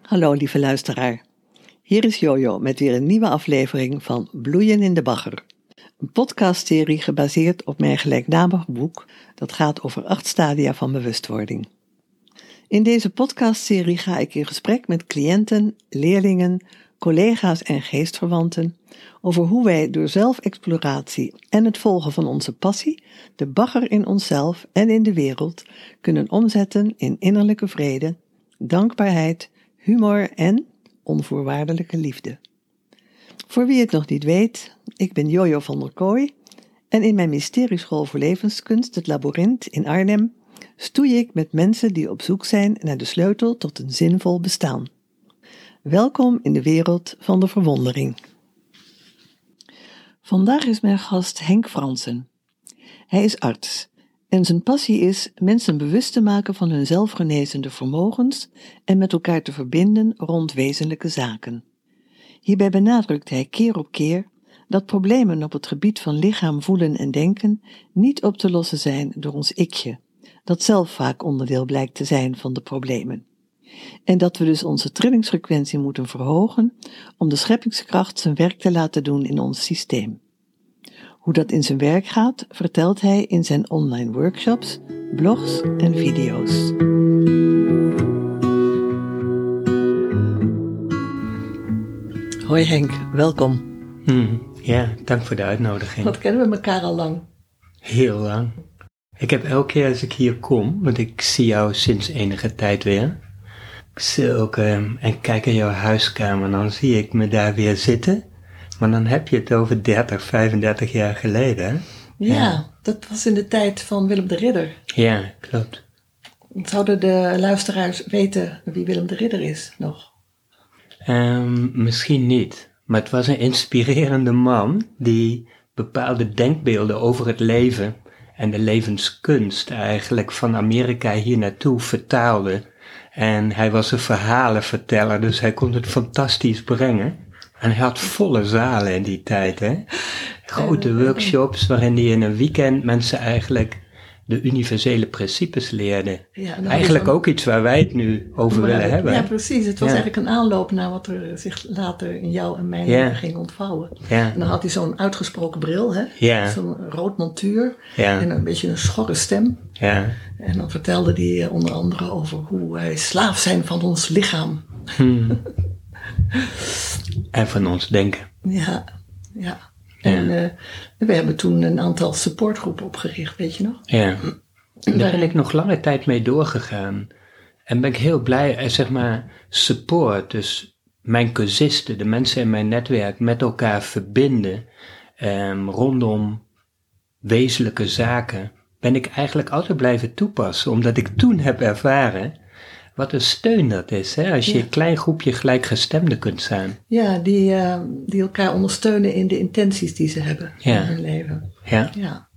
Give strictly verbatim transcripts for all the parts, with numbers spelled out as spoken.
Hallo lieve luisteraar, hier is Jojo met weer een nieuwe aflevering van Bloeien in de Bagger. Een podcastserie gebaseerd op mijn gelijknamig boek dat gaat over acht stadia van bewustwording. In deze podcastserie ga ik in gesprek met cliënten, leerlingen, collega's en geestverwanten over hoe wij door zelfexploratie en het volgen van onze passie de bagger in onszelf en in de wereld kunnen omzetten in innerlijke vrede, dankbaarheid, humor en onvoorwaardelijke liefde. Voor wie het nog niet weet, ik ben Jojo van der Kooi en in mijn Mysterieschool voor Levenskunst, het Labyrinth in Arnhem, stoei ik met mensen die op zoek zijn naar de sleutel tot een zinvol bestaan. Welkom in de wereld van de verwondering. Vandaag is mijn gast Henk Fransen. Hij is arts en zijn passie is mensen bewust te maken van hun zelfgenezende vermogens en met elkaar te verbinden rond wezenlijke zaken. Hierbij benadrukt hij keer op keer dat problemen op het gebied van lichaam, voelen en denken niet op te lossen zijn door ons ikje, dat zelf vaak onderdeel blijkt te zijn van de problemen. En dat we dus onze trillingsfrequentie moeten verhogen om de scheppingskracht zijn werk te laten doen in ons systeem. Hoe dat in zijn werk gaat, vertelt hij in zijn online workshops, blogs en video's. Hoi Henk, welkom. Hmm, ja, dank voor de uitnodiging. Wat kennen we elkaar al lang? Heel lang. Ik heb elke keer als ik hier kom, want ik zie jou sinds enige tijd weer. Ik zit ook uh, en kijk in jouw huiskamer, dan zie ik me daar weer zitten. Maar dan heb je het over dertig, vijfendertig jaar geleden, hè? Ja, ja, dat was in de tijd van Willem de Ridder. Ja, klopt. Zouden de luisteraars weten wie Willem de Ridder is nog? Um, misschien niet, maar het was een inspirerende man die bepaalde denkbeelden over het leven en de levenskunst eigenlijk van Amerika hier naartoe vertaalde. En hij was een verhalenverteller, dus hij kon het fantastisch brengen. En hij had volle zalen in die tijd, hè. Grote workshops waarin hij in een weekend mensen eigenlijk de universele principes leerden. Ja, eigenlijk dan ook iets waar wij het nu over willen het, hebben. Ja, precies. Het was ja. eigenlijk een aanloop naar wat er zich later in jou en mijn ja. leven ging ontvouwen. Ja. En dan had hij zo'n uitgesproken bril, hè. Ja. Zo'n rood montuur ja. en een beetje een schorre stem. Ja. En dan vertelde hij onder andere over hoe wij slaaf zijn van ons lichaam. Hmm. En van ons denken. Ja, ja. En ja. Uh, we hebben toen een aantal supportgroepen opgericht, weet je nog? Ja, daar ben ik nog lange tijd mee doorgegaan. En ben ik heel blij, zeg maar, support, dus mijn cursisten, de mensen in mijn netwerk, met elkaar verbinden um, rondom wezenlijke zaken, ben ik eigenlijk altijd blijven toepassen, omdat ik toen heb ervaren wat een steun dat is, hè? Als je ja. een klein groepje gelijkgestemden kunt zijn. Ja, die, uh, die elkaar ondersteunen in de intenties die ze hebben ja. in hun leven. Ja. ja.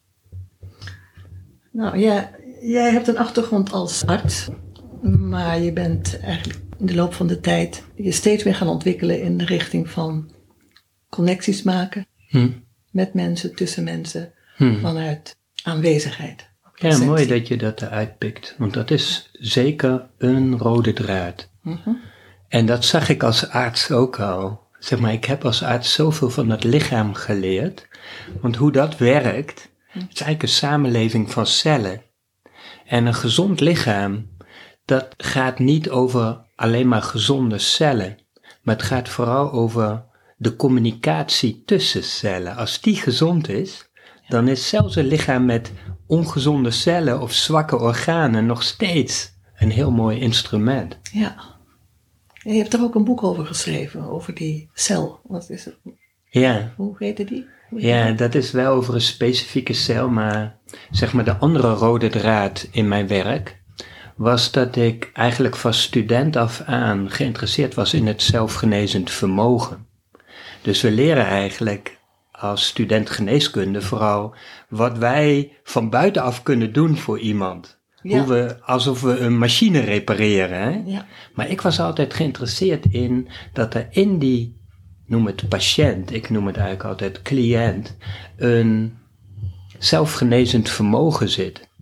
Nou, ja, jij hebt een achtergrond als arts, maar je bent eigenlijk in de loop van de tijd je steeds meer gaan ontwikkelen in de richting van connecties maken hm. met mensen, tussen mensen, hm. vanuit aanwezigheid. Ja, mooi dat je dat eruit pikt, want dat is zeker een rode draad. Mm-hmm. En dat zag ik als arts ook al. Zeg maar, ik heb als arts zoveel van het lichaam geleerd, want hoe dat werkt, mm. het is eigenlijk een samenleving van cellen. En een gezond lichaam, dat gaat niet over alleen maar gezonde cellen, maar het gaat vooral over de communicatie tussen cellen. Als die gezond is, dan is zelfs een lichaam met ongezonde cellen of zwakke organen nog steeds een heel mooi instrument. Ja. En je hebt er ook een boek over geschreven, over die cel. Wat is het? Ja. Hoe heette die? Hoe heet ja, dat? dat is wel over een specifieke cel, maar zeg maar de andere rode draad in mijn werk was dat ik eigenlijk van student af aan geïnteresseerd was in het zelfgenezend vermogen. Dus we leren eigenlijk als student geneeskunde vooral wat wij van buitenaf kunnen doen voor iemand. Ja. Hoe we, alsof we een machine repareren. Hè? Ja. Maar ik was altijd geïnteresseerd in dat er in die, noem het patiënt, ik noem het eigenlijk altijd cliënt, een zelfgenezend vermogen zit.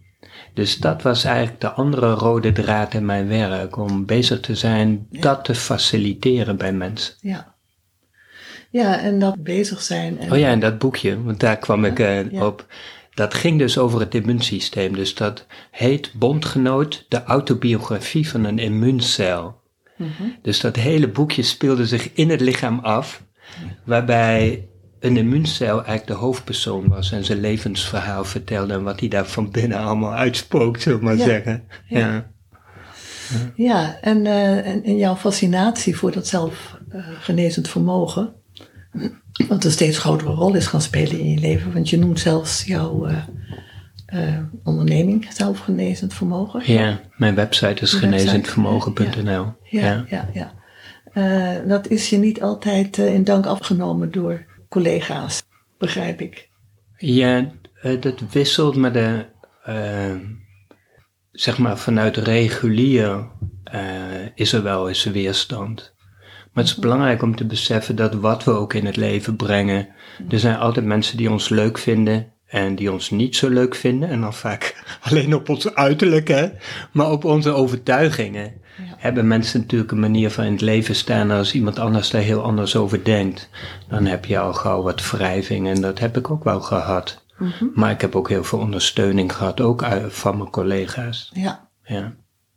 Dus dat was eigenlijk de andere rode draad in mijn werk, om bezig te zijn, ja. dat te faciliteren bij mensen. Ja, ja en dat bezig zijn. En oh ja, en dat boekje, want daar kwam ja, ik uh, ja. op. Dat ging dus over het immuunsysteem. Dus dat heet Bondgenoot, de autobiografie van een immuuncel. Mm-hmm. Dus dat hele boekje speelde zich in het lichaam af, ja. waarbij een immuuncel eigenlijk de hoofdpersoon was en zijn levensverhaal vertelde en wat hij daar van binnen allemaal uitspookt, zullen we maar ja. zeggen. Ja, ja. ja. ja en, uh, en, en jouw fascinatie voor dat zelfgenezend uh, vermogen, wat een steeds grotere rol is gaan spelen in je leven, want je noemt zelfs jouw uh, uh, onderneming zelfgenezend vermogen. Ja, mijn website is genezendvermogen punt n l. Ja, ja, ja. ja, ja. Uh, dat is je niet altijd uh, in dank afgenomen door collega's, begrijp ik. Ja, uh, dat wisselt, maar de, uh, zeg maar vanuit regulier uh, is er wel eens weerstand. Maar het is belangrijk om te beseffen dat wat we ook in het leven brengen, er zijn altijd mensen die ons leuk vinden en die ons niet zo leuk vinden. En dan vaak alleen op ons uiterlijk, hè, maar op onze overtuigingen. Ja. Hebben mensen natuurlijk een manier van in het leven staan, als iemand anders daar heel anders over denkt, dan heb je al gauw wat wrijving en dat heb ik ook wel gehad. Mm-hmm. Maar ik heb ook heel veel ondersteuning gehad, ook van mijn collega's. Ja. Ja.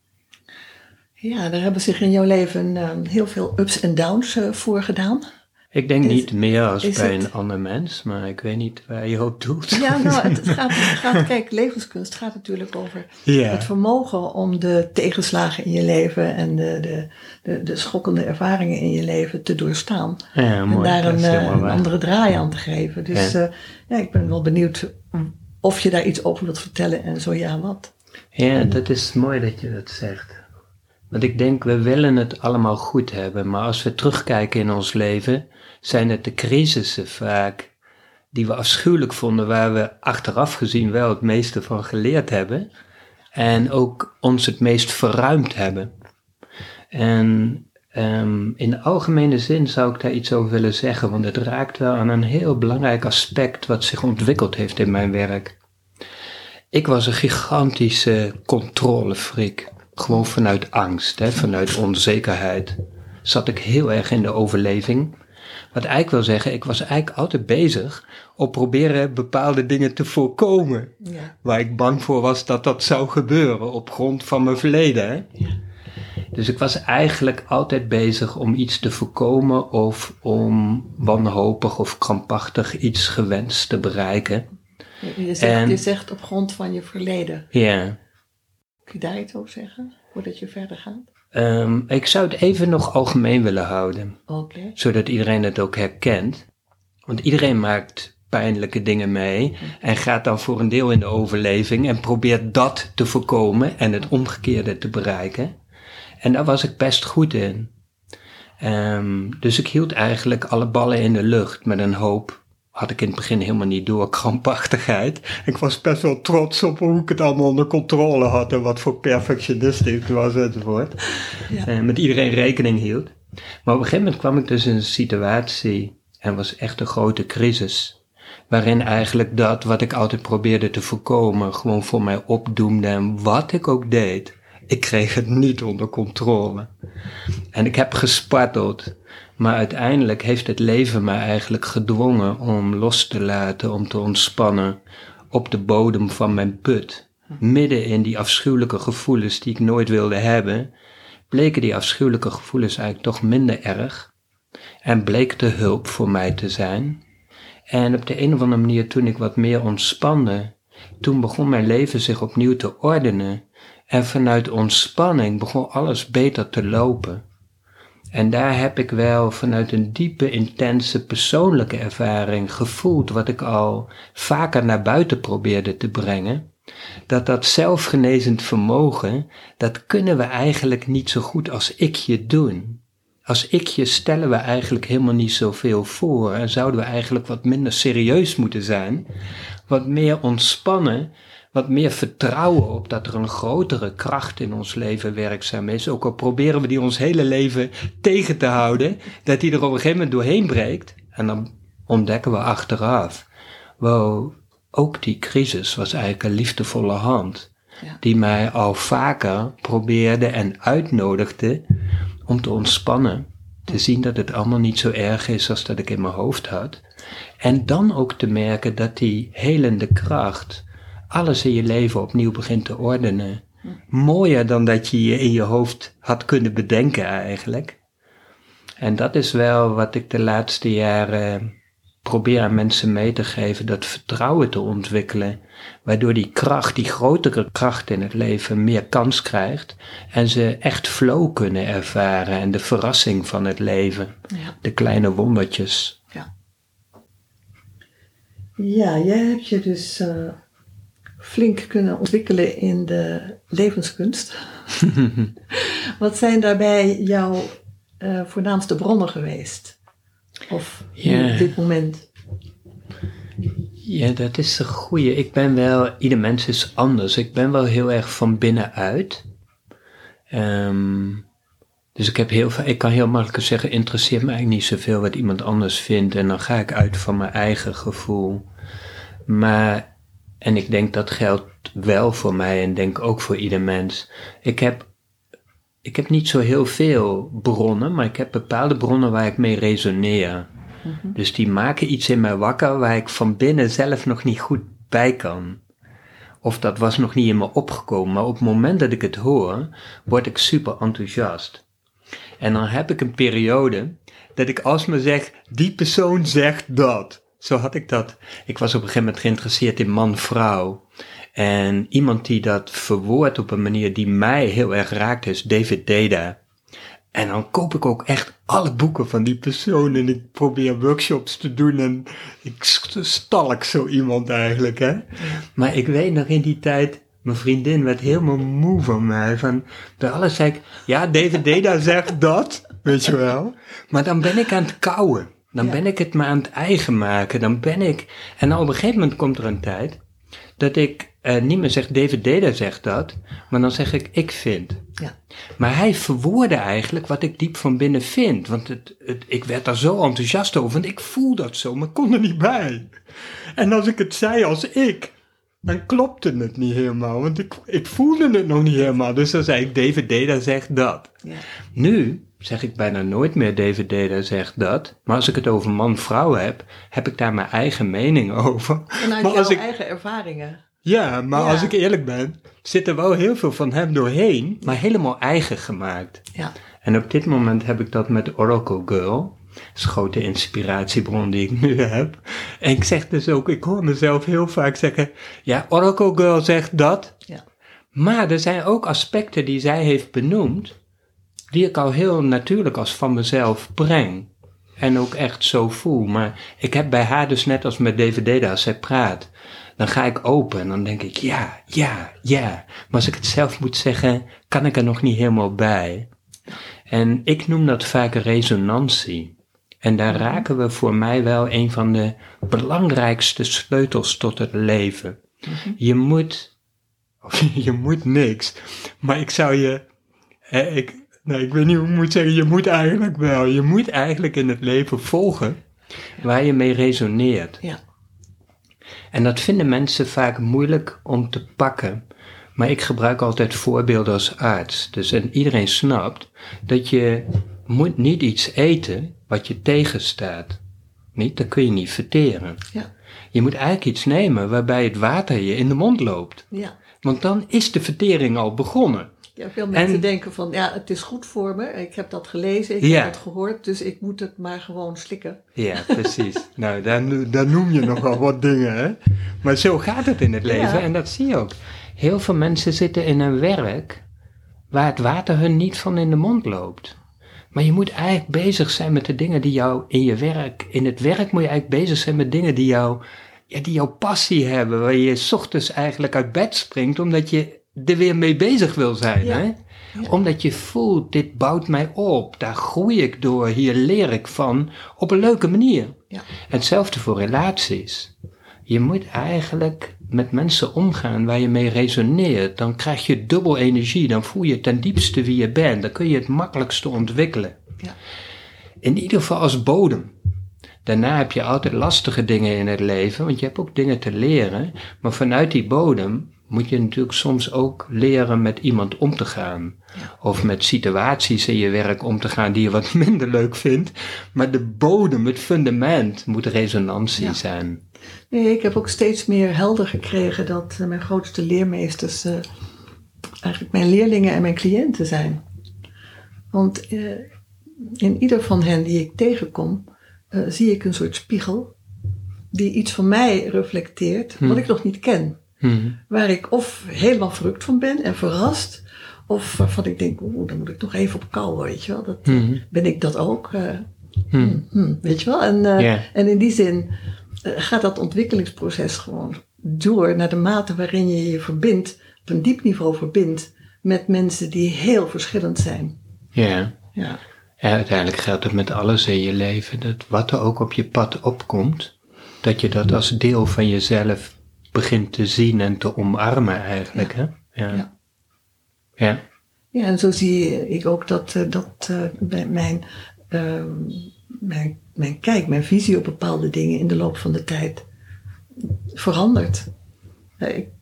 Ja, daar hebben zich in jouw leven uh, heel veel ups en downs uh, voor gedaan. Ik denk is, niet meer als bij het... een ander mens, maar ik weet niet waar je op doet. Ja, nou, het gaat, het gaat, kijk, levenskunst gaat natuurlijk over ja. het vermogen om de tegenslagen in je leven en de, de, de, de schokkende ervaringen in je leven te doorstaan. Ja, mooi, en daar een, een andere draai aan te geven. Dus ja. Uh, ja, ik ben wel benieuwd of je daar iets over wilt vertellen en zo ja, wat. Ja, dat is mooi dat je dat zegt. Want ik denk, we willen het allemaal goed hebben, maar als we terugkijken in ons leven, zijn het de crisissen vaak die we afschuwelijk vonden, waar we achteraf gezien wel het meeste van geleerd hebben en ook ons het meest verruimd hebben. En um, in de algemene zin zou ik daar iets over willen zeggen, want het raakt wel aan een heel belangrijk aspect wat zich ontwikkeld heeft in mijn werk. Ik was een gigantische controlefreak. Gewoon vanuit angst, hè, vanuit onzekerheid, zat ik heel erg in de overleving. Wat eigenlijk wil zeggen, ik was eigenlijk altijd bezig op proberen bepaalde dingen te voorkomen. Ja. Waar ik bang voor was dat dat zou gebeuren op grond van mijn verleden. Hè. Ja. Dus ik was eigenlijk altijd bezig om iets te voorkomen of om wanhopig of krampachtig iets gewenst te bereiken. Je zegt, en, je zegt op grond van je verleden. Ja. Kun je daar iets over zeggen, voordat je verder gaat? Um, ik zou het even nog algemeen willen houden. Okay. Zodat iedereen het ook herkent. Want iedereen maakt pijnlijke dingen mee en gaat dan voor een deel in de overleving en probeert dat te voorkomen en het omgekeerde te bereiken. En daar was ik best goed in. Um, dus ik hield eigenlijk alle ballen in de lucht met een hoop. Had ik in het begin helemaal niet door, krampachtigheid. Ik was best wel trots op hoe ik het allemaal onder controle had en wat voor perfectionist ik was enzovoort. Ja. En met iedereen rekening hield. Maar op een gegeven moment kwam ik dus in een situatie, en was echt een grote crisis, waarin eigenlijk dat wat ik altijd probeerde te voorkomen, gewoon voor mij opdoemde en wat ik ook deed, ik kreeg het niet onder controle. En ik heb gesparteld. Maar uiteindelijk heeft het leven mij eigenlijk gedwongen om los te laten, om te ontspannen op de bodem van mijn put. Midden in die afschuwelijke gevoelens die ik nooit wilde hebben, bleken die afschuwelijke gevoelens eigenlijk toch minder erg. En bleek de hulp voor mij te zijn. En op de een of andere manier, toen ik wat meer ontspande, toen begon mijn leven zich opnieuw te ordenen. En vanuit ontspanning begon alles beter te lopen. En daar heb ik wel vanuit een diepe, intense persoonlijke ervaring gevoeld, wat ik al vaker naar buiten probeerde te brengen, dat dat zelfgenezend vermogen, dat kunnen we eigenlijk niet zo goed als ikje doen. Als ikje stellen we eigenlijk helemaal niet zoveel voor en zouden we eigenlijk wat minder serieus moeten zijn, wat meer ontspannen, wat meer vertrouwen op dat er een grotere kracht in ons leven werkzaam is. Ook al proberen we die ons hele leven tegen te houden, dat die er op een gegeven moment doorheen breekt. En dan ontdekken we achteraf, wow, ook die crisis was eigenlijk een liefdevolle hand. Ja. Die mij al vaker probeerde en uitnodigde om te ontspannen. Te zien dat het allemaal niet zo erg is als dat ik in mijn hoofd had. En dan ook te merken dat die helende kracht alles in je leven opnieuw begint te ordenen. Mooier dan dat je je in je hoofd had kunnen bedenken eigenlijk. En dat is wel wat ik de laatste jaren probeer aan mensen mee te geven, dat vertrouwen te ontwikkelen, waardoor die kracht, die grotere kracht in het leven meer kans krijgt en ze echt flow kunnen ervaren en de verrassing van het leven, Ja. de kleine wondertjes. Ja, ja jij hebt je dus uh, flink kunnen ontwikkelen in de levenskunst. Wat zijn daarbij jouw uh, voornaamste bronnen geweest? Of Ja. op dit moment? Ja, dat is een goeie. Ik ben wel, ieder mens is anders. Ik ben wel heel erg van binnenuit. Um, dus ik heb heel veel, ik kan heel makkelijk zeggen, interesseert me eigenlijk niet zoveel wat iemand anders vindt. En dan ga ik uit van mijn eigen gevoel. Maar, en ik denk dat geldt wel voor mij en denk ook voor ieder mens. Ik heb Ik heb niet zo heel veel bronnen, maar ik heb bepaalde bronnen waar ik mee resoneer. Mm-hmm. Dus die maken iets in mij wakker waar ik van binnen zelf nog niet goed bij kan. Of dat was nog niet in me opgekomen, maar op het moment dat ik het hoor, word ik super enthousiast. En dan heb ik een periode dat ik alsmaar zeg, die persoon zegt dat. Zo had ik dat. Ik was op een gegeven moment geïnteresseerd in man-vrouw. En iemand die dat verwoordt op een manier die mij heel erg raakt is David Deida. En dan koop ik ook echt alle boeken van die persoon en ik probeer workshops te doen en ik stalk zo iemand eigenlijk, hè. Maar ik weet nog in die tijd, mijn vriendin werd helemaal moe van mij. Van, bij alles zei ik, ja, David Deida zegt dat, weet je wel. Maar dan ben ik aan het kauwen. Dan ja. ben ik het maar aan het eigen maken. Dan ben ik, en dan op een gegeven moment komt er een tijd dat ik uh, niet meer zeg, David Deida zegt dat, maar dan zeg ik, ik vind. Ja. Maar hij verwoordde eigenlijk wat ik diep van binnen vind. Want het, het, ik werd daar zo enthousiast over, want ik voel dat zo, maar ik kon er niet bij. En als ik het zei als ik, dan klopte het niet helemaal, want ik, ik voelde het nog niet helemaal. Dus dan zei ik, David Deida zegt dat. Ja. Nu zeg ik bijna nooit meer, David Deida zegt dat. Maar als ik het over man-vrouw heb, heb ik daar mijn eigen mening over. Vanuit maar jouw als ik, eigen ervaringen. Ja, maar ja. als ik eerlijk ben, zit er wel heel veel van hem doorheen, maar helemaal eigen gemaakt. Ja. En op dit moment heb ik dat met Oracle Girl. Dat is een grote inspiratiebron die ik nu heb. En ik zeg dus ook, ik hoor mezelf heel vaak zeggen, ja, Oracle Girl zegt dat. Ja. Maar er zijn ook aspecten die zij heeft benoemd, die ik al heel natuurlijk als van mezelf breng. En ook echt zo voel. Maar ik heb bij haar dus net als met David Deida, als zij praat, dan ga ik open en dan denk ik, ja, ja, ja. Maar als ik het zelf moet zeggen, kan ik er nog niet helemaal bij. En ik noem dat vaak resonantie. En daar raken we voor mij wel een van de belangrijkste sleutels tot het leven. Mm-hmm. Je moet, je moet niks, maar ik zou je, eh, ik, nee, ik weet niet hoe ik moet zeggen, je moet eigenlijk wel, je moet eigenlijk in het leven volgen waar je mee resoneert. Ja. En dat vinden mensen vaak moeilijk om te pakken. Maar ik gebruik altijd voorbeelden als arts. Dus en iedereen snapt dat je moet niet iets eten wat je tegenstaat. Niet, dat kun je niet verteren. Ja. Je moet eigenlijk iets nemen waarbij het water je in de mond loopt. Ja. Want dan is de vertering al begonnen. Ja, veel mensen en, denken van, ja, het is goed voor me. Ik heb dat gelezen, ik ja. heb het gehoord, dus ik moet het maar gewoon slikken. Ja, precies. Nou, daar, daar noem je nogal wat dingen, hè. Maar zo gaat het in het leven ja. en dat zie je ook. Heel veel mensen zitten in een werk waar het water hun niet van in de mond loopt. Maar je moet eigenlijk bezig zijn met de dingen die jou in je werk, in het werk moet je eigenlijk bezig zijn met dingen die jou, ja, die jouw passie hebben, waar je 's ochtends eigenlijk uit bed springt, omdat je er weer mee bezig wil zijn, ja. hè? Ja. Omdat je voelt, dit bouwt mij op, daar groei ik door, hier leer ik van, op een leuke manier. Ja. Hetzelfde voor relaties. Je moet eigenlijk met mensen omgaan waar je mee resoneert. Dan krijg je dubbel energie, dan voel je ten diepste wie je bent. Dan kun je het makkelijkste ontwikkelen. Ja. In ieder geval als bodem. Daarna heb je altijd lastige dingen in het leven, want je hebt ook dingen te leren. Maar vanuit die bodem moet je natuurlijk soms ook leren met iemand om te gaan. Ja. Of met situaties in je werk om te gaan die je wat minder leuk vindt. Maar de bodem, het fundament, moet resonantie ja. zijn. Nee, ik heb ook steeds meer helder gekregen dat uh, mijn grootste leermeesters uh, eigenlijk mijn leerlingen en mijn cliënten zijn. Want uh, in ieder van hen die ik tegenkom, uh, zie ik een soort spiegel die iets van mij reflecteert, hmm. wat ik nog niet ken. Hmm. Waar ik of helemaal verrukt van ben en verrast, of waarvan ik denk, oeh, dan moet ik nog even op kou, weet je wel. Dat, hmm. Ben ik dat ook? Uh, hmm. Hmm, weet je wel? En, uh, yeah. en in die zin uh, gaat dat ontwikkelingsproces gewoon door naar de mate waarin je je verbindt, op een diep niveau verbindt, met mensen die heel verschillend zijn. Yeah. Ja. Ja, uiteindelijk geldt het met alles in je leven, dat wat er ook op je pad opkomt, dat je dat als deel van jezelf begint te zien en te omarmen eigenlijk, ja. hè? Ja. Ja. ja. Ja, en zo zie ik ook dat, dat uh, mijn, uh, mijn, mijn kijk, mijn visie op bepaalde dingen in de loop van de tijd verandert. Uh, ik,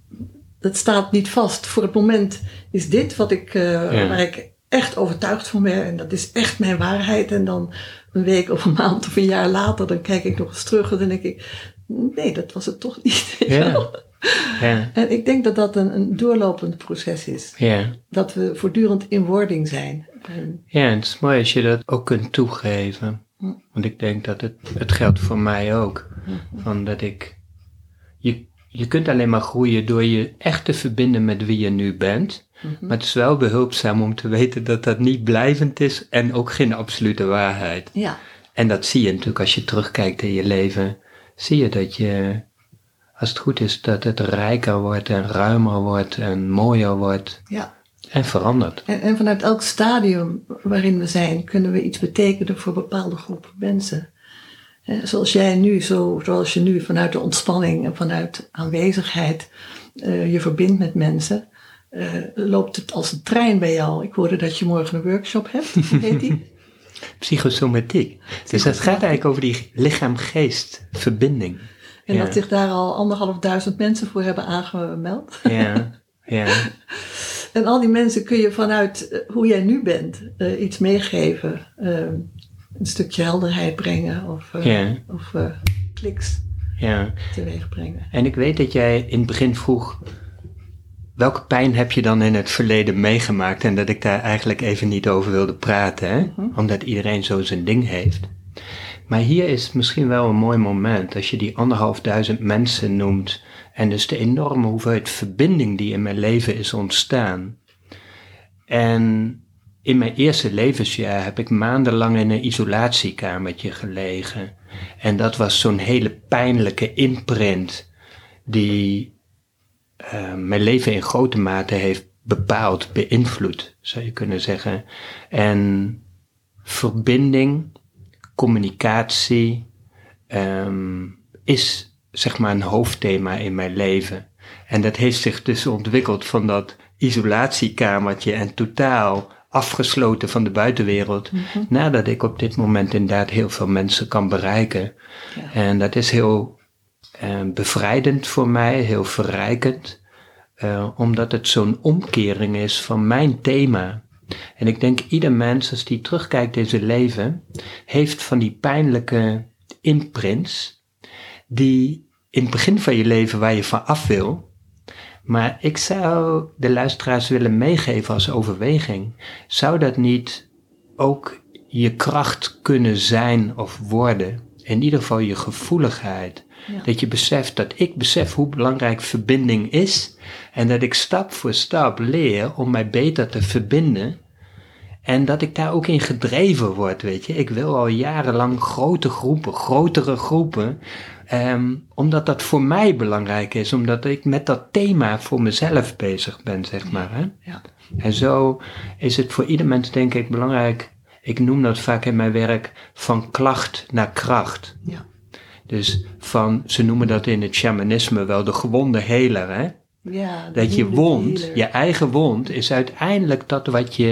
dat staat niet vast. Voor het moment is dit wat ik, uh, ja. waar ik echt overtuigd van ben en dat is echt mijn waarheid. En dan een week of een maand of een jaar later, dan kijk ik nog eens terug en dan denk ik, nee, dat was het toch niet. Ja. Ja. En ik denk dat dat een, een doorlopend proces is. Ja. Dat we voortdurend in wording zijn. En ja, en het is mooi als je dat ook kunt toegeven. Hm. Want ik denk dat het, het geldt voor mij ook. Hm. Van dat ik, je, je kunt alleen maar groeien door je echt te verbinden met wie je nu bent. Mm-hmm. Maar het is wel behulpzaam om te weten dat dat niet blijvend is en ook geen absolute waarheid. Ja. En dat zie je natuurlijk als je terugkijkt in je leven. Zie je dat je, als het goed is, dat het rijker wordt en ruimer wordt en mooier wordt. Ja. En verandert. En, en vanuit elk stadium waarin we zijn, kunnen we iets betekenen voor bepaalde groepen mensen. Eh, zoals jij nu, zo, zoals je nu vanuit de ontspanning en vanuit aanwezigheid uh, je verbindt met mensen, uh, loopt het als een trein bij jou. Ik hoorde dat je morgen een workshop hebt. Hoe heet die? Psychosomatiek. Dus het gaat eigenlijk over die lichaam-geest verbinding. En ja. dat zich daar al anderhalf duizend mensen voor hebben aangemeld. Ja, ja. En al die mensen kun je vanuit uh, hoe jij nu bent uh, iets meegeven. Uh, een stukje helderheid brengen of, uh, ja. of uh, kliks ja. teweeg brengen. En ik weet dat jij in het begin vroeg, welke pijn heb je dan in het verleden meegemaakt? En dat ik daar eigenlijk even niet over wilde praten, hè? Mm-hmm. Omdat iedereen zo zijn ding heeft. Maar hier is misschien wel een mooi moment, als je die anderhalf duizend mensen noemt, en dus de enorme hoeveelheid verbinding die in mijn leven is ontstaan. En in mijn eerste levensjaar heb ik maandenlang in een isolatiekamertje gelegen. En dat was zo'n hele pijnlijke imprint die uh, mijn leven in grote mate heeft bepaald, beïnvloed, zou je kunnen zeggen. En verbinding, communicatie um, is zeg maar een hoofdthema in mijn leven. En dat heeft zich dus ontwikkeld van dat isolatiekamertje en totaal afgesloten van de buitenwereld, mm-hmm. nadat ik op dit moment inderdaad heel veel mensen kan bereiken. Ja. En dat is heel uh, bevrijdend voor mij, heel verrijkend, uh, omdat het zo'n omkering is van mijn thema. En ik denk ieder mens, als die terugkijkt in zijn leven, heeft van die pijnlijke imprints, die in het begin van je leven waar je van af wil. Maar ik zou de luisteraars willen meegeven als overweging. Zou dat niet ook je kracht kunnen zijn of worden? In ieder geval je gevoeligheid. Ja. Dat je beseft, dat ik besef hoe belangrijk verbinding is. En dat ik stap voor stap leer om mij beter te verbinden. En dat ik daar ook in gedreven word, weet je. Ik wil al jarenlang grote groepen, grotere groepen. Um, omdat dat voor mij belangrijk is. Omdat ik met dat thema voor mezelf bezig ben, zeg maar. Hè? Ja. En zo is het voor ieder mens, denk ik, belangrijk. Ik noem dat vaak in mijn werk van klacht naar kracht. Ja. Dus van, ze noemen dat in het shamanisme wel de gewonde heler, hè. Ja, dat je wond, je eigen wond, is uiteindelijk dat wat je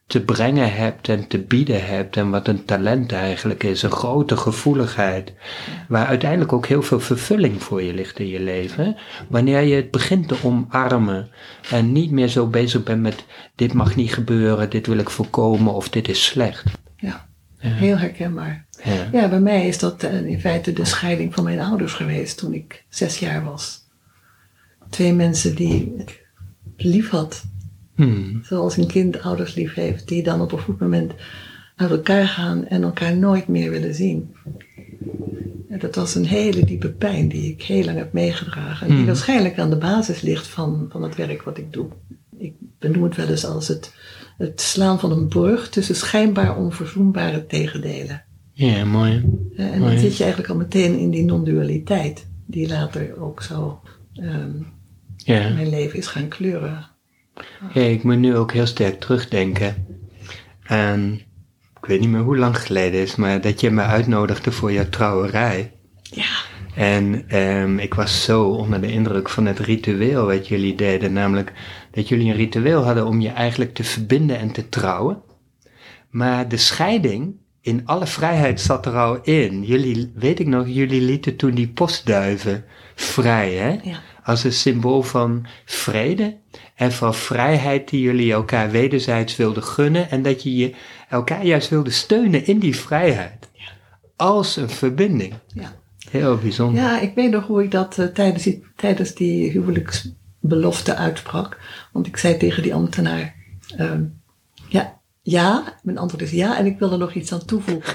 te brengen hebt en te bieden hebt en wat een talent eigenlijk is, een grote gevoeligheid, waar uiteindelijk ook heel veel vervulling voor je ligt in je leven. Wanneer je het begint te omarmen en niet meer zo bezig bent met dit mag niet gebeuren, dit wil ik voorkomen of dit is slecht. Ja, ja. Heel herkenbaar. Ja. ja, bij mij is dat in feite de scheiding van mijn ouders geweest toen ik zes jaar was. Twee mensen die ik lief had. Hmm. Zoals een kind ouders lief heeft, die dan op een goed moment uit elkaar gaan en elkaar nooit meer willen zien. En dat was een hele diepe pijn die ik heel lang heb meegedragen. En die hmm. waarschijnlijk aan de basis ligt van, van het werk wat ik doe. Ik benoem het wel eens als het, het slaan van een brug tussen schijnbaar onverzoenbare tegendelen. Ja, mooi. En dan mooi. zit je eigenlijk al meteen in die non-dualiteit, die later ook zo um, ja. mijn leven is gaan kleuren. Ja, ik moet nu ook heel sterk terugdenken aan, ik weet niet meer hoe lang geleden is, maar dat je me uitnodigde voor jouw trouwerij. Ja. En um, ik was zo onder de indruk van het ritueel wat jullie deden, namelijk dat jullie een ritueel hadden om je eigenlijk te verbinden en te trouwen. Maar de scheiding in alle vrijheid zat er al in. Jullie, weet ik nog, jullie lieten toen die postduiven vrij, hè? Ja. Als een symbool van vrede en van vrijheid die jullie elkaar wederzijds wilden gunnen en dat je je elkaar juist wilde steunen in die vrijheid. Ja. Als een verbinding. Ja. Heel bijzonder. Ja, ik weet nog hoe ik dat uh, tijdens, die, tijdens die huwelijksbelofte uitsprak. Want ik zei tegen die ambtenaar, uh, ja, ja, mijn antwoord is ja en ik wil er nog iets aan toevoegen.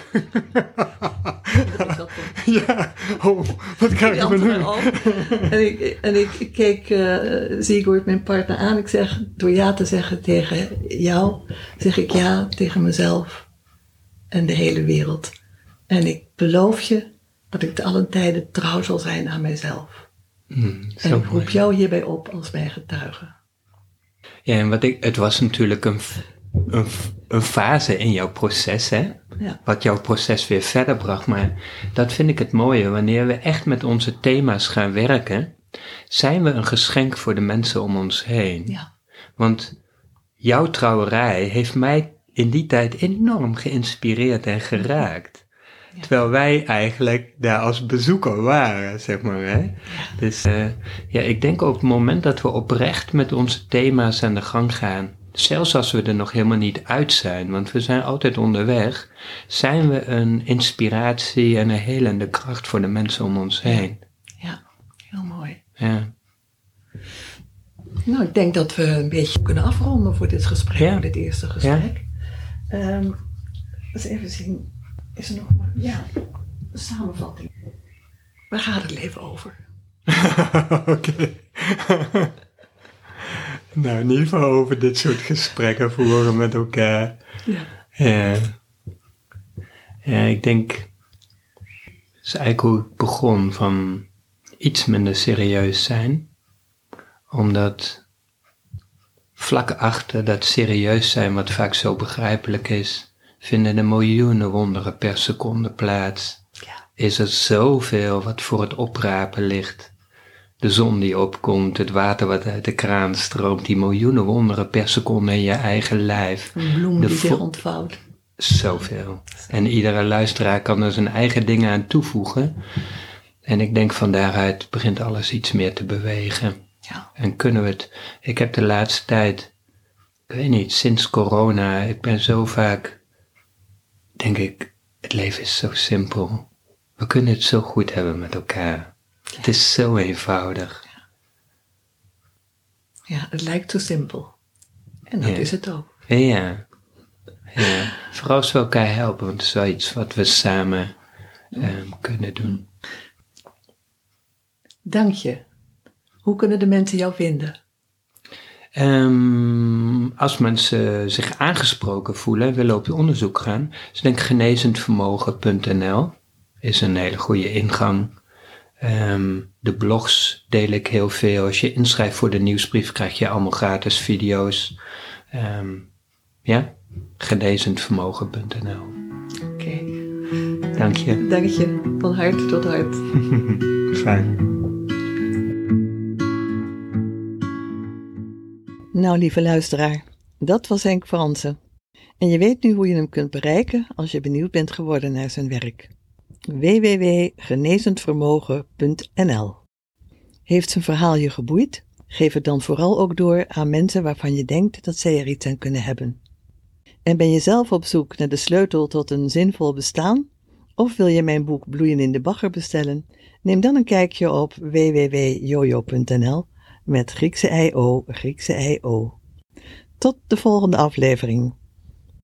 Ja, oh, wat krijg je me nu? En ik, en ik, ik keek uh, Sigurd, mijn partner, aan. Ik zeg, door ja te zeggen tegen jou, zeg ik ja tegen mezelf en de hele wereld. En ik beloof je dat ik te allen tijden trouw zal zijn aan mijzelf. Mm, en ik roep jou hierbij op als mijn getuige. Ja, en wat ik, het was natuurlijk een, een, een fase in jouw proces, hè? Ja. Wat jouw proces weer verder bracht. Maar dat vind ik het mooie. Wanneer we echt met onze thema's gaan werken, zijn we een geschenk voor de mensen om ons heen. Ja. Want jouw trouwerij heeft mij in die tijd enorm geïnspireerd en geraakt. Ja. Terwijl wij eigenlijk daar als bezoeker waren, zeg maar. Hè? Ja. Dus uh, ja, ik denk op het moment dat we oprecht met onze thema's aan de gang gaan, zelfs als we er nog helemaal niet uit zijn, want we zijn altijd onderweg, zijn we een inspiratie en een helende kracht voor de mensen om ons heen. Ja, heel mooi. Ja. Nou, ik denk dat we een beetje kunnen afronden voor dit gesprek, ja. voor dit eerste gesprek. Ja. Um, eens even zien, is er nog maar, ja, een samenvatting. Waar gaat het leven over? Oké. Nou, in ieder geval over dit soort gesprekken voeren met elkaar. Ja. Ja. Ja, ik denk, dat is eigenlijk hoe ik begon, van iets minder serieus zijn. Omdat vlak achter dat serieus zijn, wat vaak zo begrijpelijk is, vinden er miljoenen wonderen per seconde plaats. Ja. Is er zoveel wat voor het oprapen ligt. De zon die opkomt, het water wat uit de kraan stroomt, die miljoenen wonderen per seconde in je eigen lijf. Een bloem die zich ontvouwt. Zoveel. En iedere luisteraar kan er zijn eigen dingen aan toevoegen. En ik denk van daaruit begint alles iets meer te bewegen. Ja. En kunnen we het, ik heb de laatste tijd, ik weet niet, sinds corona, ik ben zo vaak, denk ik, het leven is zo simpel. We kunnen het zo goed hebben met elkaar. Het is zo eenvoudig. Ja, ja, het lijkt zo simpel. En dat ja. is het ook. Ja. ja. Vooral als we elkaar helpen, want het is wel iets wat we samen um, kunnen doen. Dank je. Hoe kunnen de mensen jou vinden? Um, als mensen zich aangesproken voelen en willen op je onderzoek gaan, dus denk genezendvermogen punt n l is een hele goede ingang. Um, de blogs deel ik heel veel. Als je inschrijft voor de nieuwsbrief krijg je allemaal gratis video's. Um, ja, genezendvermogen punt n l. Oké. Okay. Dank je. Dank je. Van hart tot hart. Fijn. Nou, lieve luisteraar, dat was Henk Fransen. En je weet nu hoe je hem kunt bereiken als je benieuwd bent geworden naar zijn werk. w w w punt genezendvermogen punt n l. Heeft zijn verhaal je geboeid? Geef het dan vooral ook door aan mensen waarvan je denkt dat zij er iets aan kunnen hebben. En ben je zelf op zoek naar de sleutel tot een zinvol bestaan? Of wil je mijn boek Bloeien in de Bagger bestellen? Neem dan een kijkje op w w w punt jojo punt n l met Griekse I O, Griekse I O. Tot de volgende aflevering.